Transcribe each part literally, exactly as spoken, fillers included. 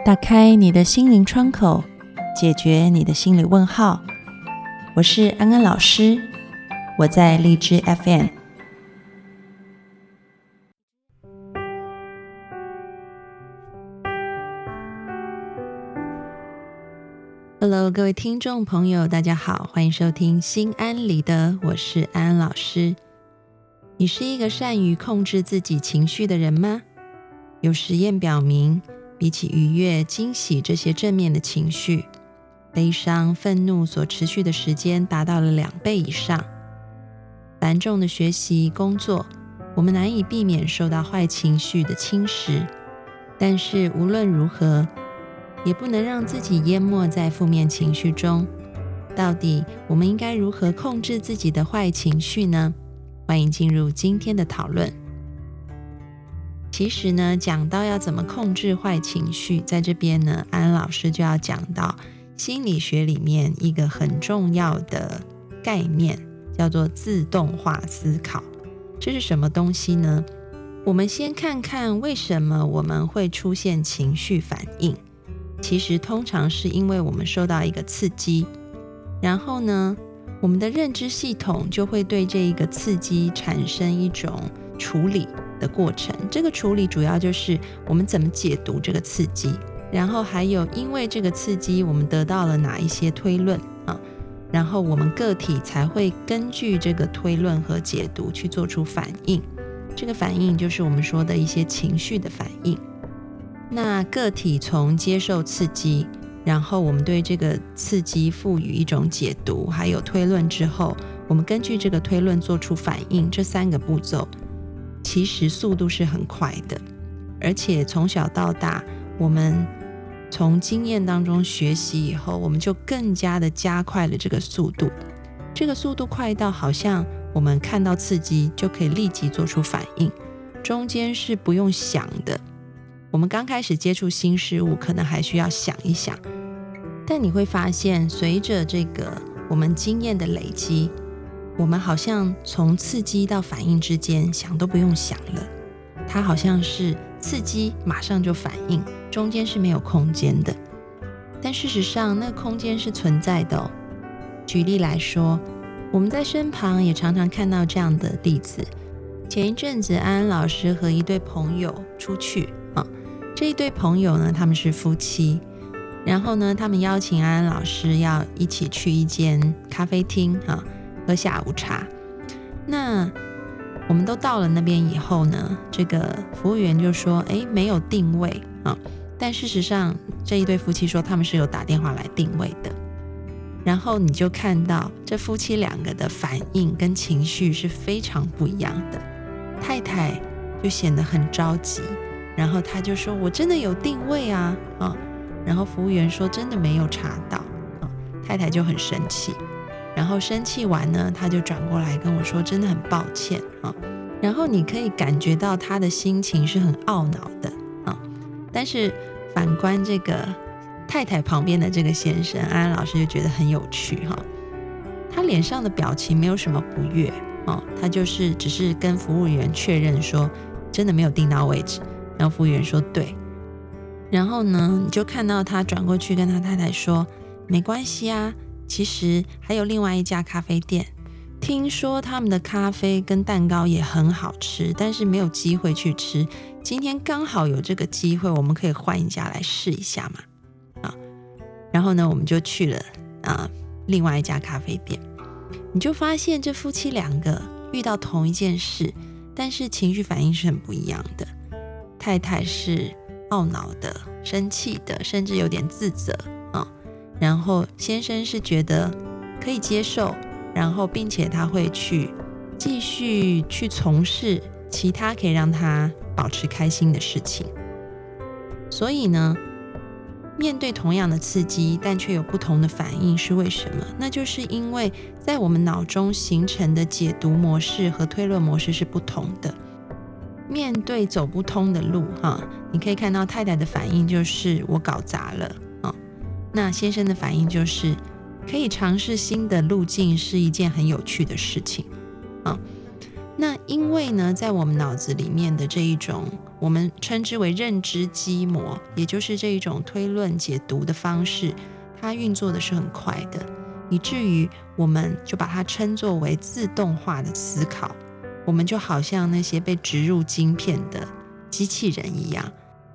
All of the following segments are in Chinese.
打开你的心灵窗口，解决你的心理问号。我是安安老师，我在荔枝 F M。Hello， 各位听众朋友，大家好，欢迎收听心安理得，我是安安老师。你是一个善于控制自己情绪的人吗？有实验表明，比起愉悦、惊喜这些正面的情绪，悲伤、愤怒所持续的时间达到了两倍以上。繁重的学习、工作，我们难以避免受到坏情绪的侵蚀，但是无论如何，也不能让自己淹没在负面情绪中。到底我们应该如何控制自己的坏情绪呢？欢迎进入今天的讨论。其实呢，讲到要怎么控制坏情绪，在这边呢，安安老师就要讲到心理学里面一个很重要的概念，叫做自动化思考。这是什么东西呢？我们先看看为什么我们会出现情绪反应。其实通常是因为我们受到一个刺激，然后呢，我们的认知系统就会对这一个刺激产生一种处理的过程。这个处理主要就是我们怎么解读这个刺激，然后还有因为这个刺激我们得到了哪一些推论啊，然后我们个体才会根据这个推论和解读去做出反应。这个反应就是我们说的一些情绪的反应。那个体从接受刺激，然后我们对这个刺激赋予一种解读还有推论之后，我们根据这个推论做出反应，这三个步骤其实速度是很快的，而且从小到大我们从经验当中学习以后，我们就更加的加快了这个速度。这个速度快到好像我们看到刺激就可以立即做出反应，中间是不用想的。我们刚开始接触新事物可能还需要想一想，但你会发现随着这个我们经验的累积，我们好像从刺激到反应之间想都不用想了，它好像是刺激马上就反应，中间是没有空间的。但事实上那个空间是存在的哦。举例来说，我们在身旁也常常看到这样的例子。前一阵子安安老师和一对朋友出去啊，这一对朋友呢，他们是夫妻，然后呢，他们邀请安安老师要一起去一间咖啡厅啊，喝下午茶。那我们都到了那边以后呢，这个服务员就说诶，没有定位啊，但事实上这一对夫妻说他们是有打电话来定位的。然后你就看到这夫妻两个的反应跟情绪是非常不一样的。太太就显得很着急，然后他就说我真的有定位啊，啊然后服务员说真的没有查到，啊太太就很生气。然后生气完呢，他就转过来跟我说真的很抱歉啊。然后你可以感觉到他的心情是很懊恼的啊。但是反观这个太太旁边的这个先生，安安老师就觉得很有趣哈。他脸上的表情没有什么不悦哦，他就是只是跟服务员确认说真的没有订到位置，然后服务员说对。然后呢，你就看到他转过去跟他太太说没关系啊，其实还有另外一家咖啡店，听说他们的咖啡跟蛋糕也很好吃，但是没有机会去吃，今天刚好有这个机会，我们可以换一家来试一下嘛。啊，然后呢，我们就去了啊另外一家咖啡店。你就发现这夫妻两个遇到同一件事，但是情绪反应是很不一样的。太太是懊恼的、生气的，甚至有点自责啊。然后先生是觉得可以接受，然后并且他会去继续去从事其他可以让他保持开心的事情。所以呢，面对同样的刺激，但却有不同的反应是为什么？那就是因为在我们脑中形成的解读模式和推论模式是不同的。面对走不通的路哈，你可以看到太太的反应就是我搞砸了啊，那先生的反应就是可以尝试新的路径是一件很有趣的事情啊。那因为呢，在我们脑子里面的这一种我们称之为认知基模，也就是这一种推论解读的方式，它运作的是很快的，以至于我们就把它称作为自动化的思考。我们就好像那些被植入晶片的机器人一样，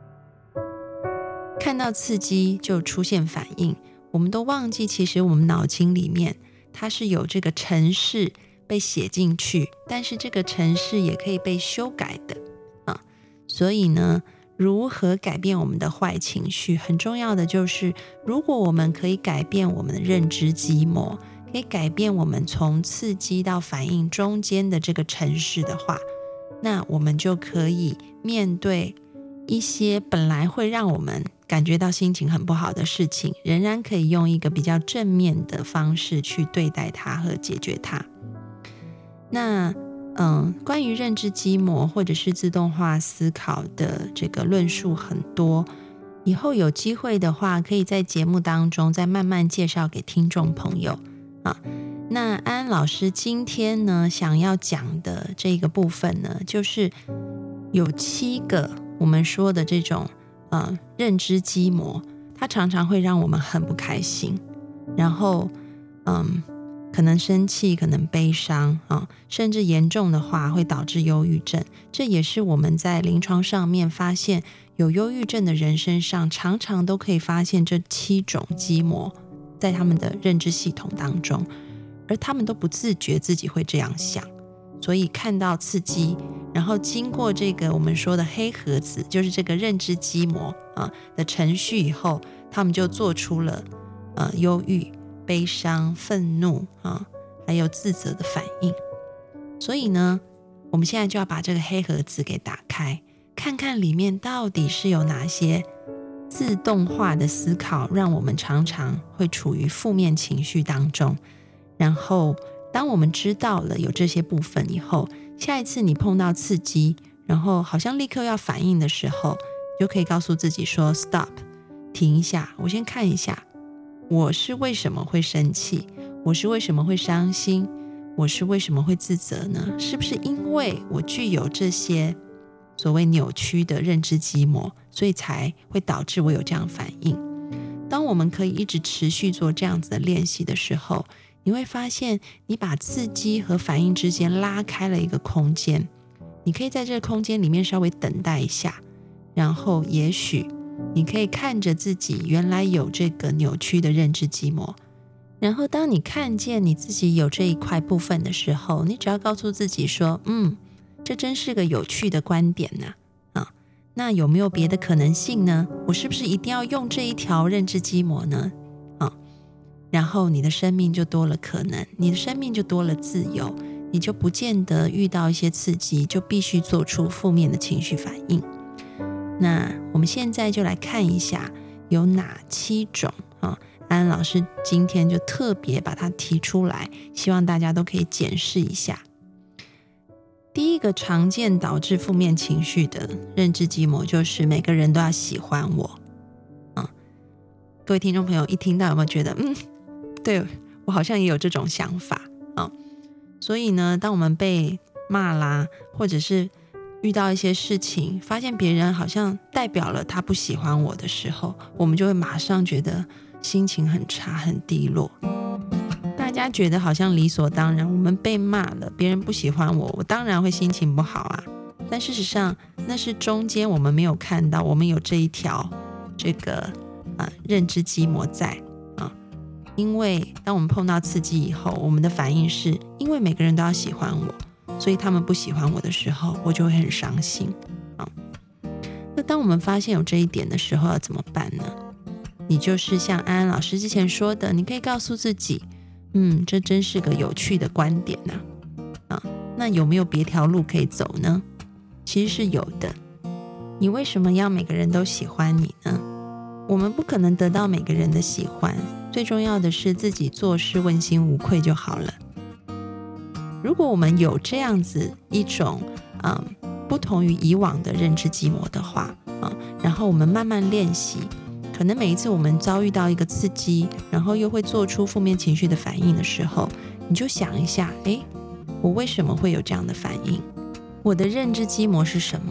看到刺激就出现反应，我们都忘记其实我们脑筋里面它是有这个程式被写进去，但是这个程式也可以被修改的啊。所以呢，如何改变我们的坏情绪，很重要的就是如果我们可以改变我们的认知基模，可以改变我们从刺激到反应中间的这个程式的话，那我们就可以面对一些本来会让我们感觉到心情很不好的事情，仍然可以用一个比较正面的方式去对待它和解决它。那嗯，关于认知基模或者是自动化思考的这个论述很多，以后有机会的话可以在节目当中再慢慢介绍给听众朋友啊。那安安老师今天呢想要讲的这个部分呢，就是有七个我们说的这种呃认知基模，它常常会让我们很不开心，然后嗯可能生气，可能悲伤啊，甚至严重的话会导致忧郁症。这也是我们在临床上面发现有忧郁症的人身上常常都可以发现这七种基模在他们的认知系统当中，而他们都不自觉自己会这样想。所以看到刺激，然后经过这个我们说的黑盒子，就是这个认知基模啊的程序以后，他们就做出了呃忧郁、悲伤、愤怒啊，还有自责的反应。所以呢，我们现在就要把这个黑盒子给打开，看看里面到底是有哪些自动化的思考，让我们常常会处于负面情绪当中。然后当我们知道了有这些部分以后，下一次你碰到刺激，然后好像立刻要反应的时候，就可以告诉自己说 stop， 停一下，我先看一下我是为什么会生气，我是为什么会伤心，我是为什么会自责呢？是不是因为我具有这些所谓扭曲的认知基模，所以才会导致我有这样反应？当我们可以一直持续做这样子的练习的时候，你会发现你把刺激和反应之间拉开了一个空间，你可以在这个空间里面稍微等待一下，然后也许你可以看着自己原来有这个扭曲的认知基模，然后当你看见你自己有这一块部分的时候，你只要告诉自己说，嗯，这真是个有趣的观点呢、啊啊、那有没有别的可能性呢？我是不是一定要用这一条认知基模呢？啊，然后你的生命就多了可能，你的生命就多了自由，你就不见得遇到一些刺激就必须做出负面的情绪反应。那我们现在就来看一下有哪七种啊，安安老师今天就特别把它提出来，希望大家都可以检视一下。第一个常见导致负面情绪的认知基模就是每个人都要喜欢我、啊、各位听众朋友一听到有没有觉得嗯，对，我好像也有这种想法、啊、所以呢，当我们被骂啦，或者是遇到一些事情，发现别人好像代表了他不喜欢我的时候，我们就会马上觉得心情很差，很低落。大家觉得好像理所当然，我们被骂了，别人不喜欢我，我当然会心情不好啊。但事实上，那是中间我们没有看到，我们有这一条这个、呃、认知基模在啊。因为当我们碰到刺激以后，我们的反应是因为每个人都要喜欢我，所以他们不喜欢我的时候，我就会很伤心、啊、那当我们发现有这一点的时候，要怎么办呢？你就是像安安老师之前说的，你可以告诉自己，嗯，这真是个有趣的观点啊。啊，那有没有别条路可以走呢？其实是有的。你为什么要每个人都喜欢你呢？我们不可能得到每个人的喜欢，最重要的是自己做事问心无愧就好了。如果我们有这样子一种嗯不同于以往的认知基模的话、嗯、然后我们慢慢练习，可能每一次我们遭遇到一个刺激，然后又会做出负面情绪的反应的时候，你就想一下，诶，我为什么会有这样的反应？我的认知基模是什么？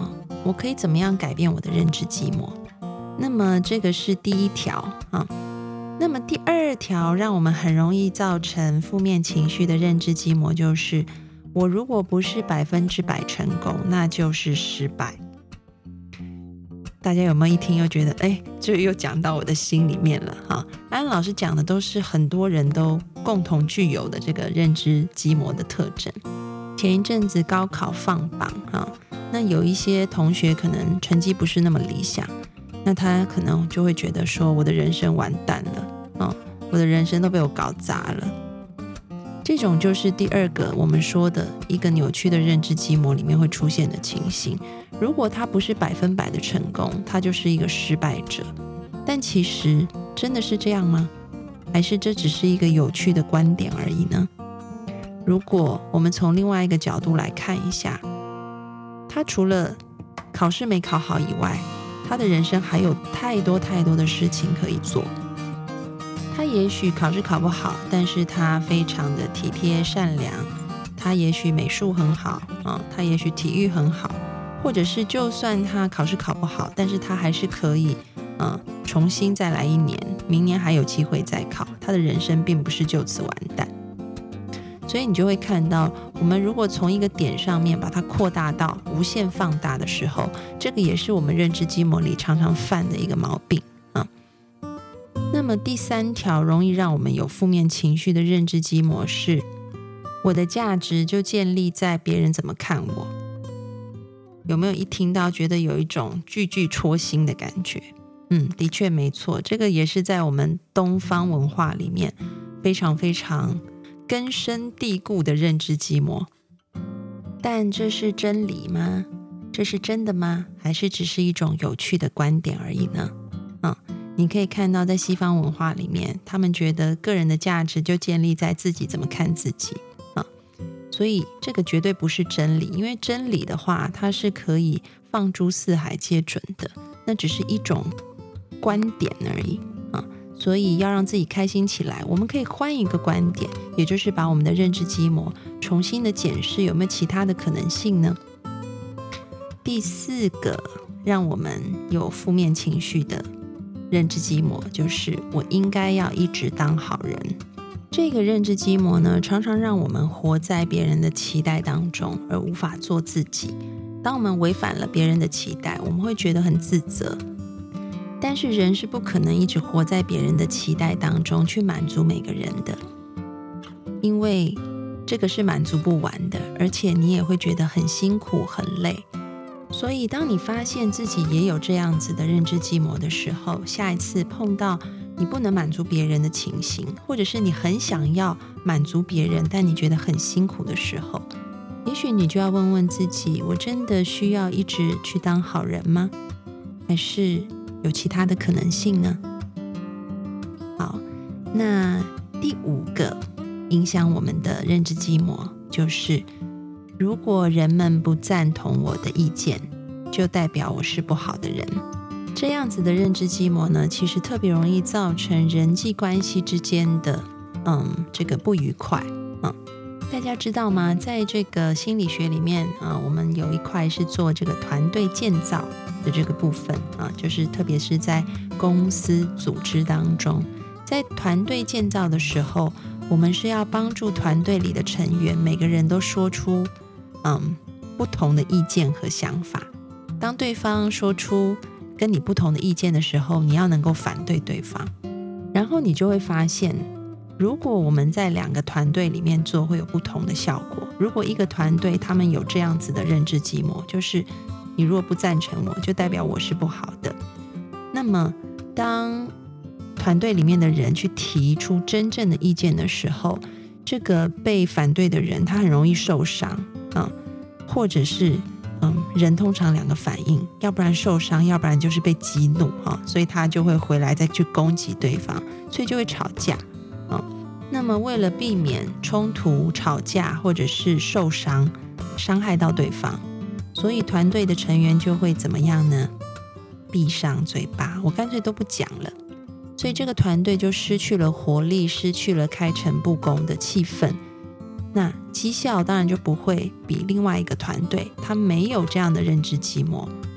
我可以怎么样改变我的认知寂寞？那么这个是第一条啊。那么第二条让我们很容易造成负面情绪的认知寂寞，就是我如果不是百分之百成功，那就是失败。大家有没有一听又觉得哎，这又讲到我的心里面了哈？安老师讲的都是很多人都共同具有的这个认知寂寞的特征。前一阵子高考放榜哈，那有一些同学可能成绩不是那么理想，那他可能就会觉得说我的人生完蛋了、哦、我的人生都被我搞砸了。这种就是第二个我们说的一个扭曲的认知寂寞里面会出现的情形。如果他不是百分百的成功，他就是一个失败者。但其实真的是这样吗？还是这只是一个有趣的观点而已呢？如果我们从另外一个角度来看一下，他除了考试没考好以外，他的人生还有太多太多的事情可以做。他也许考试考不好，但是他非常的体贴善良，他也许美术很好、哦、他也许体育很好，或者是就算他考试考不好，但是他还是可以、呃、重新再来一年，明年还有机会再考，他的人生并不是就此完蛋。所以你就会看到，我们如果从一个点上面把它扩大到无限放大的时候，这个也是我们认知寂寞里常常犯的一个毛病、啊、那么第三条容易让我们有负面情绪的认知寂寞是，我的价值就建立在别人怎么看我。有没有一听到觉得有一种句句戳心的感觉？嗯，的确没错，这个也是在我们东方文化里面非常非常根深蒂固的认知寂寞。但这是真理吗？这是真的吗？还是只是一种有趣的观点而已呢？嗯，你可以看到在西方文化里面，他们觉得个人的价值就建立在自己怎么看自己、嗯、所以这个绝对不是真理，因为真理的话它是可以放诸四海皆准的，那只是一种观点而已、嗯所以要让自己开心起来，我们可以换一个观点，也就是把我们的认知寂寞重新的检视有没有其他的可能性呢？第四个让我们有负面情绪的认知寂寞，就是我应该要一直当好人。这个认知寂寞呢，常常让我们活在别人的期待当中，而无法做自己。当我们违反了别人的期待，我们会觉得很自责。但是人是不可能一直活在别人的期待当中去满足每个人的，因为这个是满足不完的，而且你也会觉得很辛苦很累。所以当你发现自己也有这样子的认知寂寞的时候，下一次碰到你不能满足别人的情形，或者是你很想要满足别人但你觉得很辛苦的时候，也许你就要问问自己，我真的需要一直去当好人吗？还是有其他的可能性呢？好，那第五个影响我们的认知寂寞，就是如果人们不赞同我的意见，就代表我是不好的人。这样子的认知寂寞呢，其实特别容易造成人际关系之间的嗯这个不愉快。嗯，大家知道吗？在这个心理学里面啊，我们有一块是做这个团队建造的这个部分啊，就是特别是在公司组织当中，在团队建造的时候，我们是要帮助团队里的成员每个人都说出嗯不同的意见和想法。当对方说出跟你不同的意见的时候，你要能够反对对方，然后你就会发现，如果我们在两个团队里面做，会有不同的效果。如果一个团队他们有这样子的认知寂寞，就是你如果不赞成我，就代表我是不好的，那么当团队里面的人去提出真正的意见的时候，这个被反对的人他很容易受伤、嗯、或者是嗯，人通常两个反应，要不然受伤，要不然就是被激怒、哦、所以他就会回来再去攻击对方，所以就会吵架、哦、那么为了避免冲突、吵架或者是受伤伤害到对方，所以团队的成员就会怎么样呢？闭上嘴巴，我干脆都不讲了。所以这个团队就失去了活力，失去了开诚布公的气氛，那绩效当然就不会比另外一个团队他没有这样的认知寂寞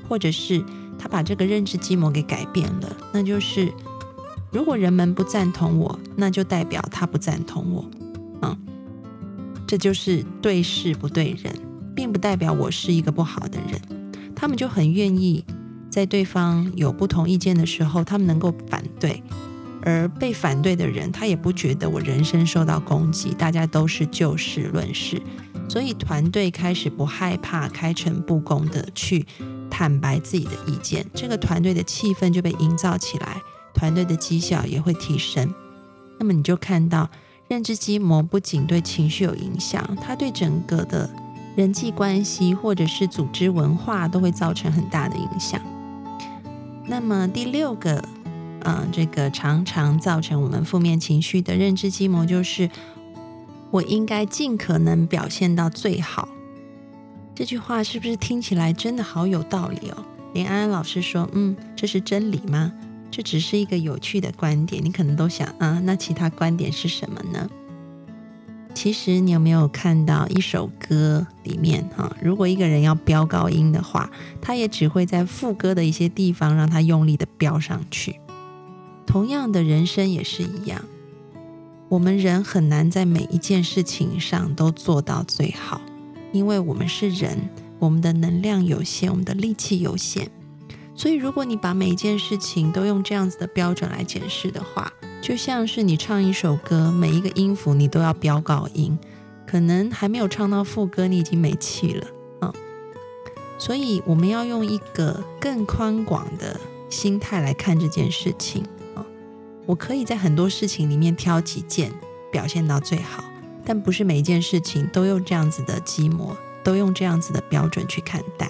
或者是他把这个认知基模给改变了，那就是如果人们不赞同我，那就代表他不赞同我。嗯，这就是对事不对人，并不代表我是一个不好的人。他们就很愿意在对方有不同意见的时候，他们能够反对，而被反对的人他也不觉得我人身受到攻击，大家都是就事论事。所以团队开始不害怕开诚布公的去坦白自己的意见，这个团队的气氛就被营造起来，团队的绩效也会提升。那么你就看到认知基模不仅对情绪有影响，它对整个的人际关系或者是组织文化都会造成很大的影响。那么第六个呃，这个常常造成我们负面情绪的认知基模就是我应该尽可能表现到最好。这句话是不是听起来真的好有道理哦？连安安老师说嗯，这是真理吗？这只是一个有趣的观点，你可能都想啊，那其他观点是什么呢？其实你有没有看到一首歌里面、啊、如果一个人要飙高音的话，他也只会在副歌的一些地方让他用力的飙上去。同样的，人生也是一样，我们人很难在每一件事情上都做到最好，因为我们是人，我们的能量有限，我们的力气有限。所以如果你把每一件事情都用这样子的标准来检视的话，就像是你唱一首歌，每一个音符你都要飙高音，可能还没有唱到副歌你已经没气了、嗯、所以我们要用一个更宽广的心态来看这件事情、嗯、我可以在很多事情里面挑几件表现到最好，但不是每一件事情都用这样子的基模，都用这样子的标准去看待。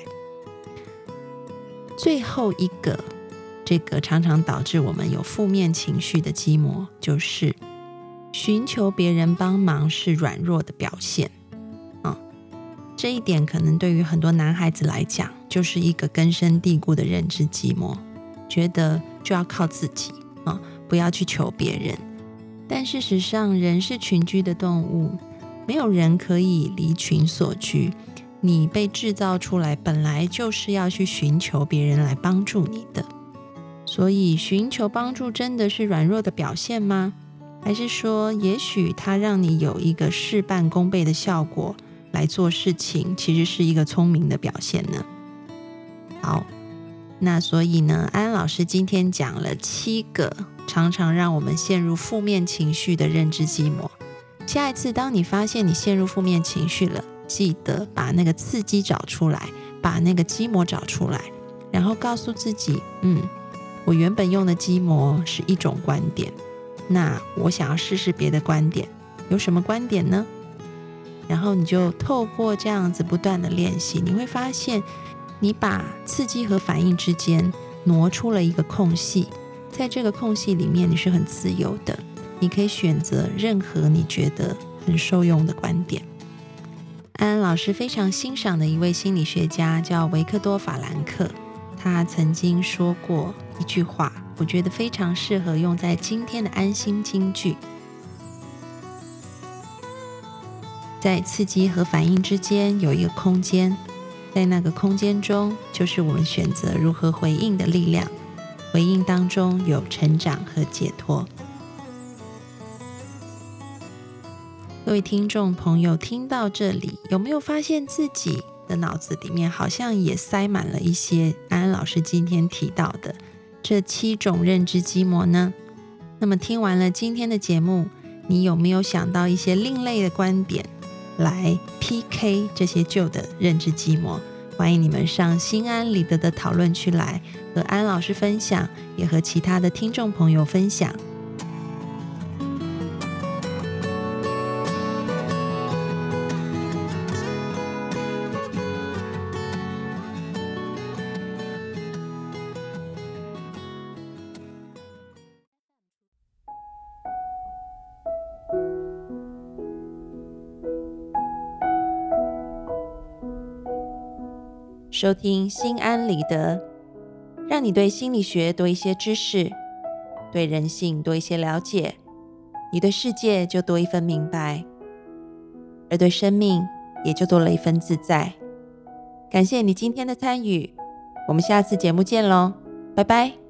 最后一个这个常常导致我们有负面情绪的基模，就是寻求别人帮忙是软弱的表现、嗯、这一点可能对于很多男孩子来讲就是一个根深蒂固的认知基模，觉得就要靠自己、嗯、不要去求别人。但事实上人是群居的动物，没有人可以离群所居，你被制造出来本来就是要去寻求别人来帮助你的。所以寻求帮助真的是软弱的表现吗？还是说也许它让你有一个事半功倍的效果来做事情，其实是一个聪明的表现呢？好，那所以呢，安安老师今天讲了七个常常让我们陷入负面情绪的认知基模。下一次当你发现你陷入负面情绪了，记得把那个刺激找出来，把那个基模找出来，然后告诉自己嗯，我原本用的基模是一种观点，那我想要试试别的观点，有什么观点呢？然后你就透过这样子不断的练习，你会发现你把刺激和反应之间挪出了一个空隙，在这个空隙里面你是很自由的，你可以选择任何你觉得很受用的观点。安安老师非常欣赏的一位心理学家叫维克多·法兰克，他曾经说过一句话，我觉得非常适合用在今天的安心金句。在刺激和反应之间有一个空间，在那个空间中就是我们选择如何回应的力量，回应当中有成长和解脱。各位听众朋友，听到这里有没有发现自己的脑子里面好像也塞满了一些安安老师今天提到的这七种认知基模呢？那么听完了今天的节目，你有没有想到一些另类的观点来 P K 这些旧的认知基模？欢迎你们上心安理得的讨论区来和安老师分享，也和其他的听众朋友分享。收听心安理得，让你对心理学多一些知识，对人性多一些了解，你对世界就多一分明白，而对生命也就多了一分自在。感谢你今天的参与， 我们下次节目见咯，拜拜。